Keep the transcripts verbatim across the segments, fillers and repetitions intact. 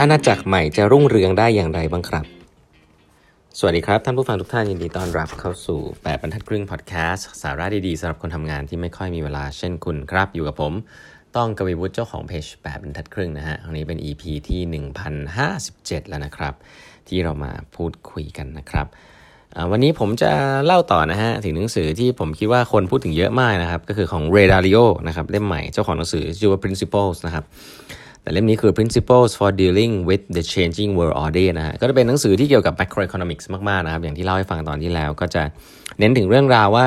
อาณาจักรใหม่จะรุ่งเรืองได้อย่างไรบ้างครับสวัสดีครับท่านผู้ฟังทุกท่านยินดีต้อนรับเข้าสู่แปดบรรทัดครึ่งพอดแคสต์สาระดีๆสำหรับคนทำงานที่ไม่ค่อยมีเวลาเช่นคุณครับอยู่กับผมต้องกวีวุฒิเจ้าของเพจแปดบรรทัดครึ่งนะฮะวันนี้เป็น อี พี ที่ หนึ่งพันห้าสิบเจ็ด แล้วนะครับที่เรามาพูดคุยกันนะครับวันนี้ผมจะเล่าต่อนะฮะถึงหนังสือที่ผมคิดว่าคนพูดถึงเยอะมากนะครับก็คือของ Ray Dalio นะครับเล่มใหม่เจ้าของหนังสือชื่อว่า Principles นะครับแต่เล่มนี้คือ Principles for Dealing with the Changing World Order นะฮะก็จะเป็นหนังสือที่เกี่ยวกับ macroeconomics มากๆนะครับอย่างที่เล่าให้ฟังตอนที่แล้วก็จะเน้นถึงเรื่องราวว่า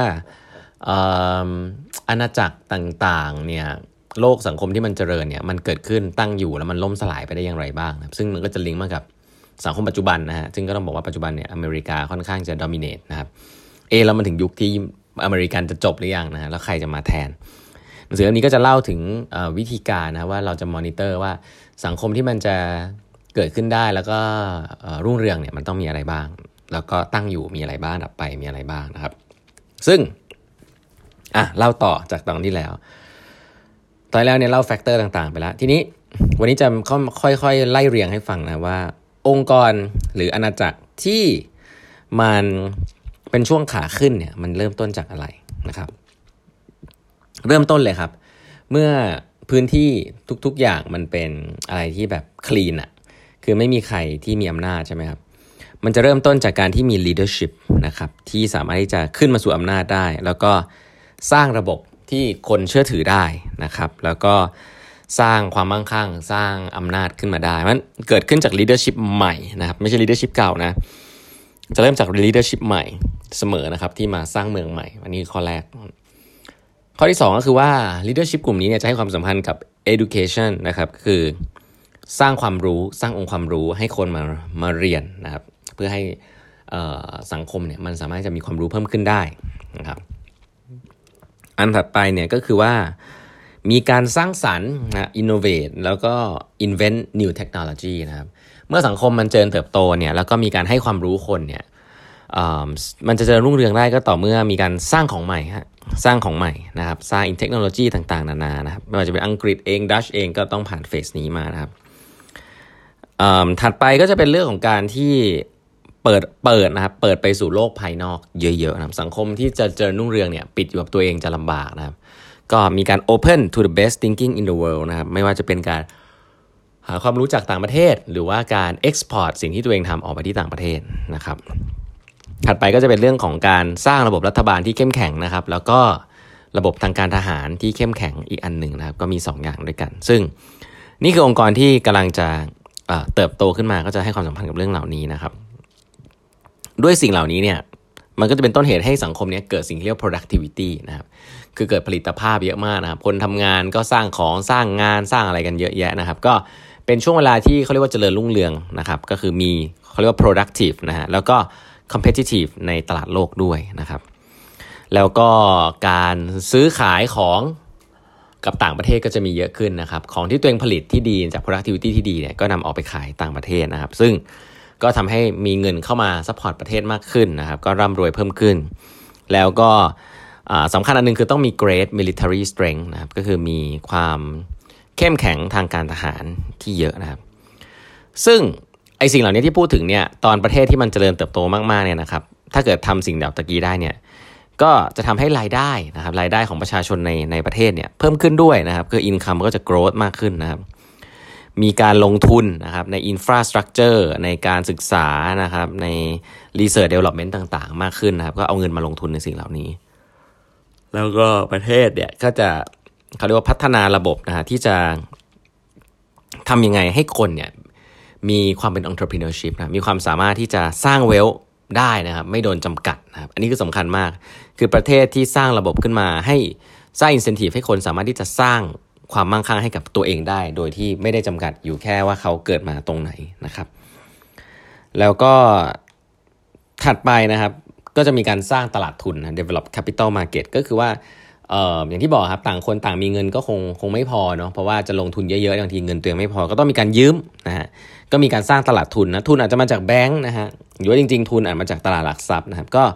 อาณาจักรต่างๆเนี่ยโลกสังคมที่มันเจริญเนี่ยมันเกิดขึ้นตั้งอยู่แล้วมันล่มสลายไปได้อย่างไรบ้างนะซึ่งมันก็จะลิงก์มากับสังคมปัจจุบันนะฮะซึ่งก็ต้องบอกว่าปัจจุบันเนี่ยอเมริกาค่อนข้างจะ dominate นะครับเอแล้วมันถึงยุคที่อเมริกันจะจบหรือยังนะฮะแล้วใครจะมาแทนหนังสือเล่มนี้ก็จะเล่าถึงวิธีการนะว่าเราจะมอนิเตอร์ว่าสังคมที่มันจะเกิดขึ้นได้แล้วก็รุ่งเรืองเนี่ยมันต้องมีอะไรบ้างแล้วก็ตั้งอยู่มีอะไรบ้างดับไปมีอะไรบ้างนะครับซึ่งอ่ะเล่าต่อจากตอนที่แล้วตอนแล้วเนี่ยเล่าแฟกเตอร์ต่างๆไปแล้วทีนี้วันนี้จะค่อยๆไล่เรียงให้ฟังนะว่าองค์กรหรืออาณาจักรที่มันเป็นช่วงขาขึ้นเนี่ยมันเริ่มต้นจากอะไรนะครับเริ่มต้นเลยครับเมื่อพื้นที่ทุกๆอย่างมันเป็นอะไรที่แบบคลีนอ่ะคือไม่มีใครที่มีอำนาจใช่ไหมครับมันจะเริ่มต้นจากการที่มี leadership นะครับที่สามารถที่จะขึ้นมาสู่อำนาจได้แล้วก็สร้างระบบที่คนเชื่อถือได้นะครับแล้วก็สร้างความมั่งคั่งสร้างอำนาจขึ้นมาได้มันเกิดขึ้นจาก leadership ใหม่นะครับไม่ใช่ leadership เก่านะจะเริ่มจาก leadership ใหม่เสมอนะครับที่มาสร้างเมืองใหม่อันนี้ข้อแรกข้อที่สองก็คือว่า leadership กลุ่มนี้เนี่ยจะให้ความสำคัญกับ education นะครับคือสร้างความรู้สร้างองค์ความรู้ให้คนมามาเรียนนะครับเพื่อให้สังคมเนี่ยมันสามารถจะมีความรู้เพิ่มขึ้นได้นะครับอันถัดไปเนี่ยก็คือว่ามีการสร้างสรรค์นะ innovate แล้วก็ invent new technology นะครับเมื่อสังคมมันเจริญเติบโตเนี่ยแล้วก็มีการให้ความรู้คนเนี่ยมันจะเจริญรุ่งเรืองได้ก็ต่อเมื่อมีการสร้างของใหม่ฮะสร้างของใหม่นะครับสร้างเทคโนโลยีต่างๆนานานะครับไม่ว่าจะเป็นอังกฤษเองดัชเองก็ต้องผ่านเฟสนี้มานะครับถัดไปก็จะเป็นเรื่องของการที่เปิดเปิดนะครับเปิดไปสู่โลกภายนอกเยอะๆนะครับสังคมที่จะเจริญรุ่งเรืองเนี่ยปิดอยู่กับตัวเองจะลำบากนะครับก็มีการ open to the best thinking in the world นะครับไม่ว่าจะเป็นการหาความรู้จากต่างประเทศหรือว่าการ export สิ่งที่ตัวเองทำออกไปที่ต่างประเทศนะครับถัดไปก็จะเป็นเรื่องของการสร้างระบบรัฐบาลที่เข้มแข็งนะครับแล้วก็ระบบทางการทหารที่เข้มแข็งอีกอันหนึ่งนะครับก็มีสองอย่างด้วยกันซึ่งนี่คือองค์กรที่กำลังจะเอ่อเติบโตขึ้นมาก็จะให้ความสำคัญกับเรื่องเหล่านี้นะครับด้วยสิ่งเหล่านี้เนี่ยมันก็จะเป็นต้นเหตุให้สังคมนี้เกิดสิ่งที่เรียก productivity นะครับคือเกิดผลิตภาพเยอะมากนะครับคนทำงานก็สร้างของสร้างงานสร้างอะไรกันเยอะแยะนะครับก็เป็นช่วงเวลาที่เขาเรียกว่าเจริญรุ่งเรืองนะครับก็คือมีเขาเรียกว่า productive นะฮะแล้วก็ competitive ในตลาดโลกด้วยนะครับแล้วก็การซื้อขายของกับต่างประเทศก็จะมีเยอะขึ้นนะครับของที่ตัวเองผลิตที่ดีจาก productivity ที่ดีเนี่ยก็นำออกไปขายต่างประเทศนะครับซึ่งก็ทำให้มีเงินเข้ามาซัพพอร์ตประเทศมากขึ้นนะครับก็ร่ำรวยเพิ่มขึ้นแล้วก็สำคัญอันนึงคือต้องมี great military strength นะครับก็คือมีความเข้มแข็งทางการทหารที่เยอะนะครับซึ่งไอสิ่งเหล่านี้ที่พูดถึงเนี่ยตอนประเทศที่มันเจริญเติบโตมากๆเนี่ยนะครับถ้าเกิดทำสิ่งเดียวตะกี้ได้เนี่ยก็จะทำให้รายได้นะครับรายได้ของประชาชนในในประเทศเนี่ยเพิ่มขึ้นด้วยนะครับคือ income ก็จะ growth มากขึ้นนะครับมีการลงทุนนะครับใน infrastructure ในการศึกษานะครับใน research development ต่างๆมากขึ้นนะครับก็เอาเงินมาลงทุนในสิ่งเหล่านี้แล้วก็ประเทศเนี่ยก็จะเขาเรียกว่าพัฒนาระบบนะฮะที่จะทำยังไงให้คนเนี่ยมีความเป็น entrepreneurship นะมีความสามารถที่จะสร้าง wealth ได้นะครับไม่โดนจำกัดนะครับอันนี้คือสำคัญมากคือประเทศที่สร้างระบบขึ้นมาให้สร้าง incentive ให้คนสามารถที่จะสร้างความมั่งคั่งให้กับตัวเองได้โดยที่ไม่ได้จำกัดอยู่แค่ว่าเขาเกิดมาตรงไหนนะครับแล้วก็ถัดไปนะครับก็จะมีการสร้างตลาดทุนนะ develop capital market ก็คือว่าเอ่ออย่างที่บอกครับต่างคนต่างมีเงินก็คงคงไม่พอเนาะเพราะว่าจะลงทุนเยอะๆบางทีเงินตัวเองไม่พอก็ต้องมีการยืมนะฮะก็มีการสร้างตลาดทุนนะทุนอาจจะมาจากแบงค์นะฮะหรือว่าจริงๆทุนอาจมาจากตลาดหลักทรัพย์นะครับก็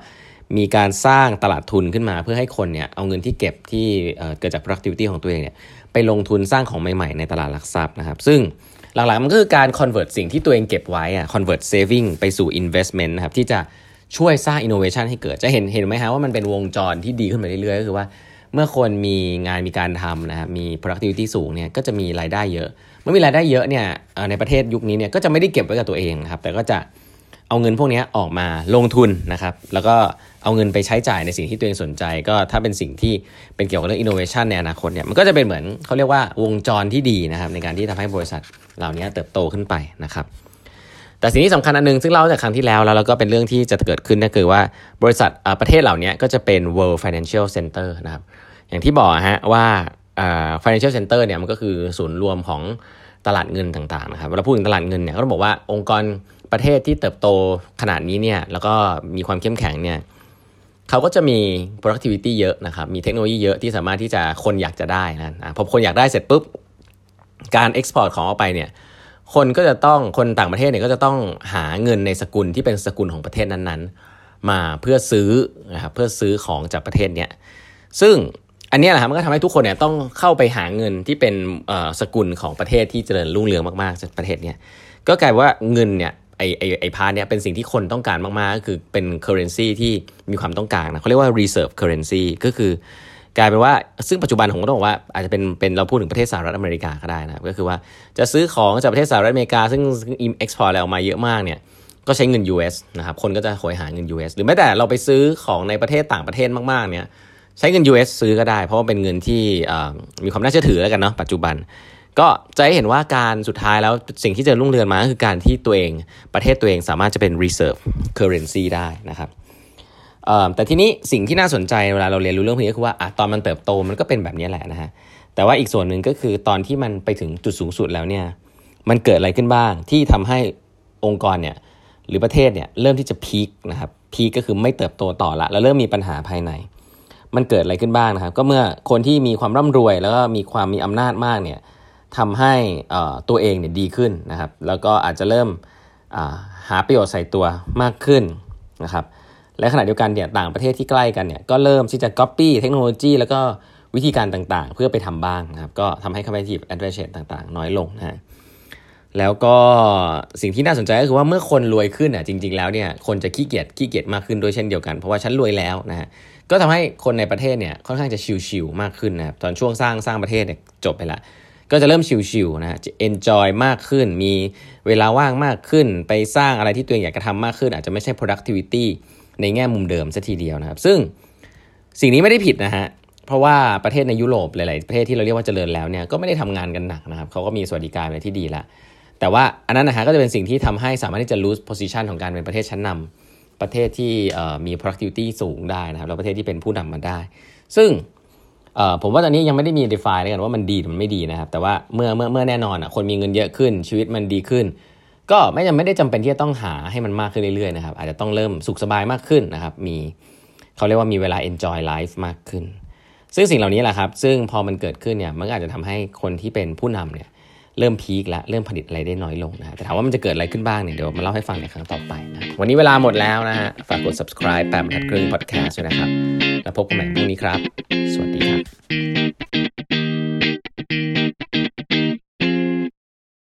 มีการสร้างตลาดทุนขึ้นมาเพื่อให้คนเนี่ยเอาเงินที่เก็บที่เกิดจาก productivity ของตัวเองเนี่ยไปลงทุนสร้างของใหม่ๆในตลาดหลักทรัพย์นะครับซึ่งหลักๆมันก็คือการ convert สิ่งที่ตัวเองเก็บไว้อะ convert saving ไปสู่ investment นะครับที่จะช่วยสร้าง innovation ให้เกิดจะเห็นเห็นไหมฮะว่ามันเป็นวงจรที่ดีขึ้นไปเรื่อยๆก็คือว่าเมื่อคนมีงานมีการทำนะครับมี productivity สูงเนี่ยก็จะมีรายได้เยอะเมื่อมีรายได้เยอะเนี่ยในประเทศยุคนี้เนี่ยก็จะไม่ได้เก็บไว้กับตัวเองนะครับแต่ก็จะเอาเงินพวกนี้ออกมาลงทุนนะครับแล้วก็เอาเงินไปใช้จ่ายในสิ่งที่ตัวเองสนใจก็ถ้าเป็นสิ่งที่เป็นเกี่ยวกับเรื่อง innovation ในอนาคตเนี่ยมันก็จะเป็นเหมือนเขาเรียกว่าวงจรที่ดีนะครับในการที่ทำให้บริษัทเหล่านี้เติบโตขึ้นไปนะครับแต่สิ่งที่สำคัญอันนึงซึ่งเล่าจากครั้งที่แล้วแล้วแล้วก็เป็นเรื่องที่จะเกิดขึ้นก็คือว่าบริษัทประเทศเหล่านี้ก็จะเป็น world financial center นะครับอย่างที่บอกฮะว่า financial center เนี่ยมันก็คือศูนย์รวมของตลาดเงินต่างๆนะครับเวลาพูดถึงตลาดเงินเนี่ยก็ต้องบอกว่าองค์กรประเทศที่เติบโตขนาดนี้เนี่ยแล้วก็มีความเข้มแข็งเนี่ยเขาก็จะมี productivity เยอะนะครับมีเทคโนโลยีเยอะที่สามารถที่จะคนอยากจะได้นะพอคนอยากได้เสร็จปุ๊บการ export ของออกไปเนี่ยคนก็จะต้องคนต่างประเทศเนี่ยก็จะต้องหาเงินในสกุลที่เป็นสกุลของประเทศนั้นๆมาเพื่อซื้อนะครับเพื่อซื้อของจากประเทศเนี้ยซึ่งอันนี้แหละครับมันก็ทำให้ทุกคนเนี่ยต้องเข้าไปหาเงินที่เป็นสกุลของประเทศที่เจริญรุ่งเรืองมากๆจากประเทศเนี้ยก็กลายว่าเงินเนี่ยไอไอไอพาร์ทเนี่ยเป็นสิ่งที่คนต้องการมากๆก็คือเป็น currency ที่มีความต้องการนะเขาเรียกว่า reserve currency ก็คือกลายเป็นว่าซึ่งปัจจุบันผมก็ต้องบอกว่าอาจจะเป็นเป็นเราพูดถึงประเทศสหรัฐอเมริกาก็ได้นะก็คือว่าจะซื้อของจากประเทศสหรัฐอเมริกาซึ่ง export อะไรออกมาเยอะมากเนี่ยก็ใช้เงิน ยู เอส นะครับคนก็จะโหยหาเงิน ยู เอส หรือแม้แต่เราไปซื้อของในประเทศต่างประเทศมากๆเนี่ยใช้เงิน ยู เอส ซื้อก็ได้เพราะว่าเป็นเงินที่มีความน่าเชื่อถือแล้วกันเนาะปัจจุบันก็จะให้เห็นว่าการสุดท้ายแล้วสิ่งที่จะรุ่งเรืองมาก็คือการที่ตัวเองประเทศตัวเองสามารถจะเป็น reserve currency ได้นะครับแต่ทีนี้สิ่งที่น่าสนใจเวลาเราเรียนรู้เรื่องพวกนี้ก็คือว่าตอนมันเติบโตมันก็เป็นแบบนี้แหละนะฮะแต่ว่าอีกส่วนหนึ่งก็คือตอนที่มันไปถึงจุดสูงสุดแล้วเนี่ยมันเกิดอะไรขึ้นบ้างที่ทำให้องค์กรเนี่ยหรือประเทศเนี่ยเริ่มที่จะพีคนะครับพีคก็คือไม่เติบโตต่อละแล้วเริ่มมีปัญหาภายในมันเกิดอะไรขึ้นบ้างนะครับก็เมื่อคนที่มีความร่ำรวยแล้วก็มีความมีอำนาจมากเนี่ยทำให้ตัวเองเนี่ยดีขึ้นนะครับแล้วก็อาจจะเริ่มหาประโยชน์ใส่ตัวมากขึ้นนะครับและขณะเดียวกันเนี่ยต่างประเทศที่ใกล้กันเนี่ยก็เริ่มที่จะ copy เทคโนโลยีแล้วก็วิธีการต่างๆเพื่อไปทำบ้างนะครับก็ทำให้ competitive advantage ต่างๆน้อยลงนะฮะแล้วก็สิ่งที่น่าสนใจก็คือว่าเมื่อคนรวยขึ้นอ่ะจริงๆแล้วเนี่ยคนจะขี้เกียจขี้เกียจมากขึ้นด้วยเช่นเดียวกันเพราะว่าฉันรวยแล้วนะฮะก็ทำให้คนในประเทศเนี่ยค่อนข้างจะชิลๆมากขึ้นนะครับตอนช่วงสร้างสร้างประเทศเนี่ยจบไปละก็จะเริ่มชิลๆนะฮะจะ enjoy มากขึ้นมีเวลาว่างมากขึ้นไปสร้างอะไรที่ตัวเองอยากจะทำมากขึ้นอาจจะไม่ใช่ productivity ในแง่มุมเดิมซะทีเดียวนะครับซึ่งสิ่งนี้ไม่ได้ผิดนะฮะเพราะว่าประเทศในยุโรปหลายๆประเทศที่เราเรียกว่าเจริญแล้วเนี่ยก็ไม่ได้ทำงานกันหนักนะครับเขาก็มีสวัสดิการอะไรที่ดีละแต่ว่าอันนั้นนะฮะก็จะเป็นสิ่งที่ทำให้สามารถที่จะ lose position ของการเป็นประเทศชั้นนำประเทศที่มี productivity สูงได้นะครับแล้วประเทศที่เป็นผู้นำมาได้ซึ่งผมว่าตอนนี้ยังไม่ได้มี define เลยกันว่ามันดีหรือมันไม่ดีนะครับแต่ว่าเมื่อเมื่อเมื่อแน่นอนอ่ะคนมีเงินเยอะขึ้นชีวิตมันดีขึ้นก็ไม่จำไม่ได้จำเป็นที่จะต้องหาให้มันมากขึ้นเรื่อยๆนะครับอาจจะต้องเริ่มสุขสบายมากขึ้นนะครับมีเขาเรียกว่ามีเวลา enjoy life มากขึ้นซึ่งสิ่งเหล่านี้แหละครับซึ่งพอมันเกิดขึ้นเนี่ยมันก็อาจจะทำให้คนที่เป็นผู้นำเนี่ยเริ่มพีคแล้วเริ่มผลิตอะไรได้น้อยลงนะแต่ถามว่ามันจะเกิดอะไรขึ้นบ้างเนี่ยเดี๋ยวมาเล่าให้ฟังในครั้งต่อไปนะวันนี้เวลาหมดแล้วนะฮะฝากกด subscribe แปดบรรทัดครึ่ง podcast ด้วยนะครับแล้วพบกันใหม่พรุ่งนี้ครับสวัสดีครับ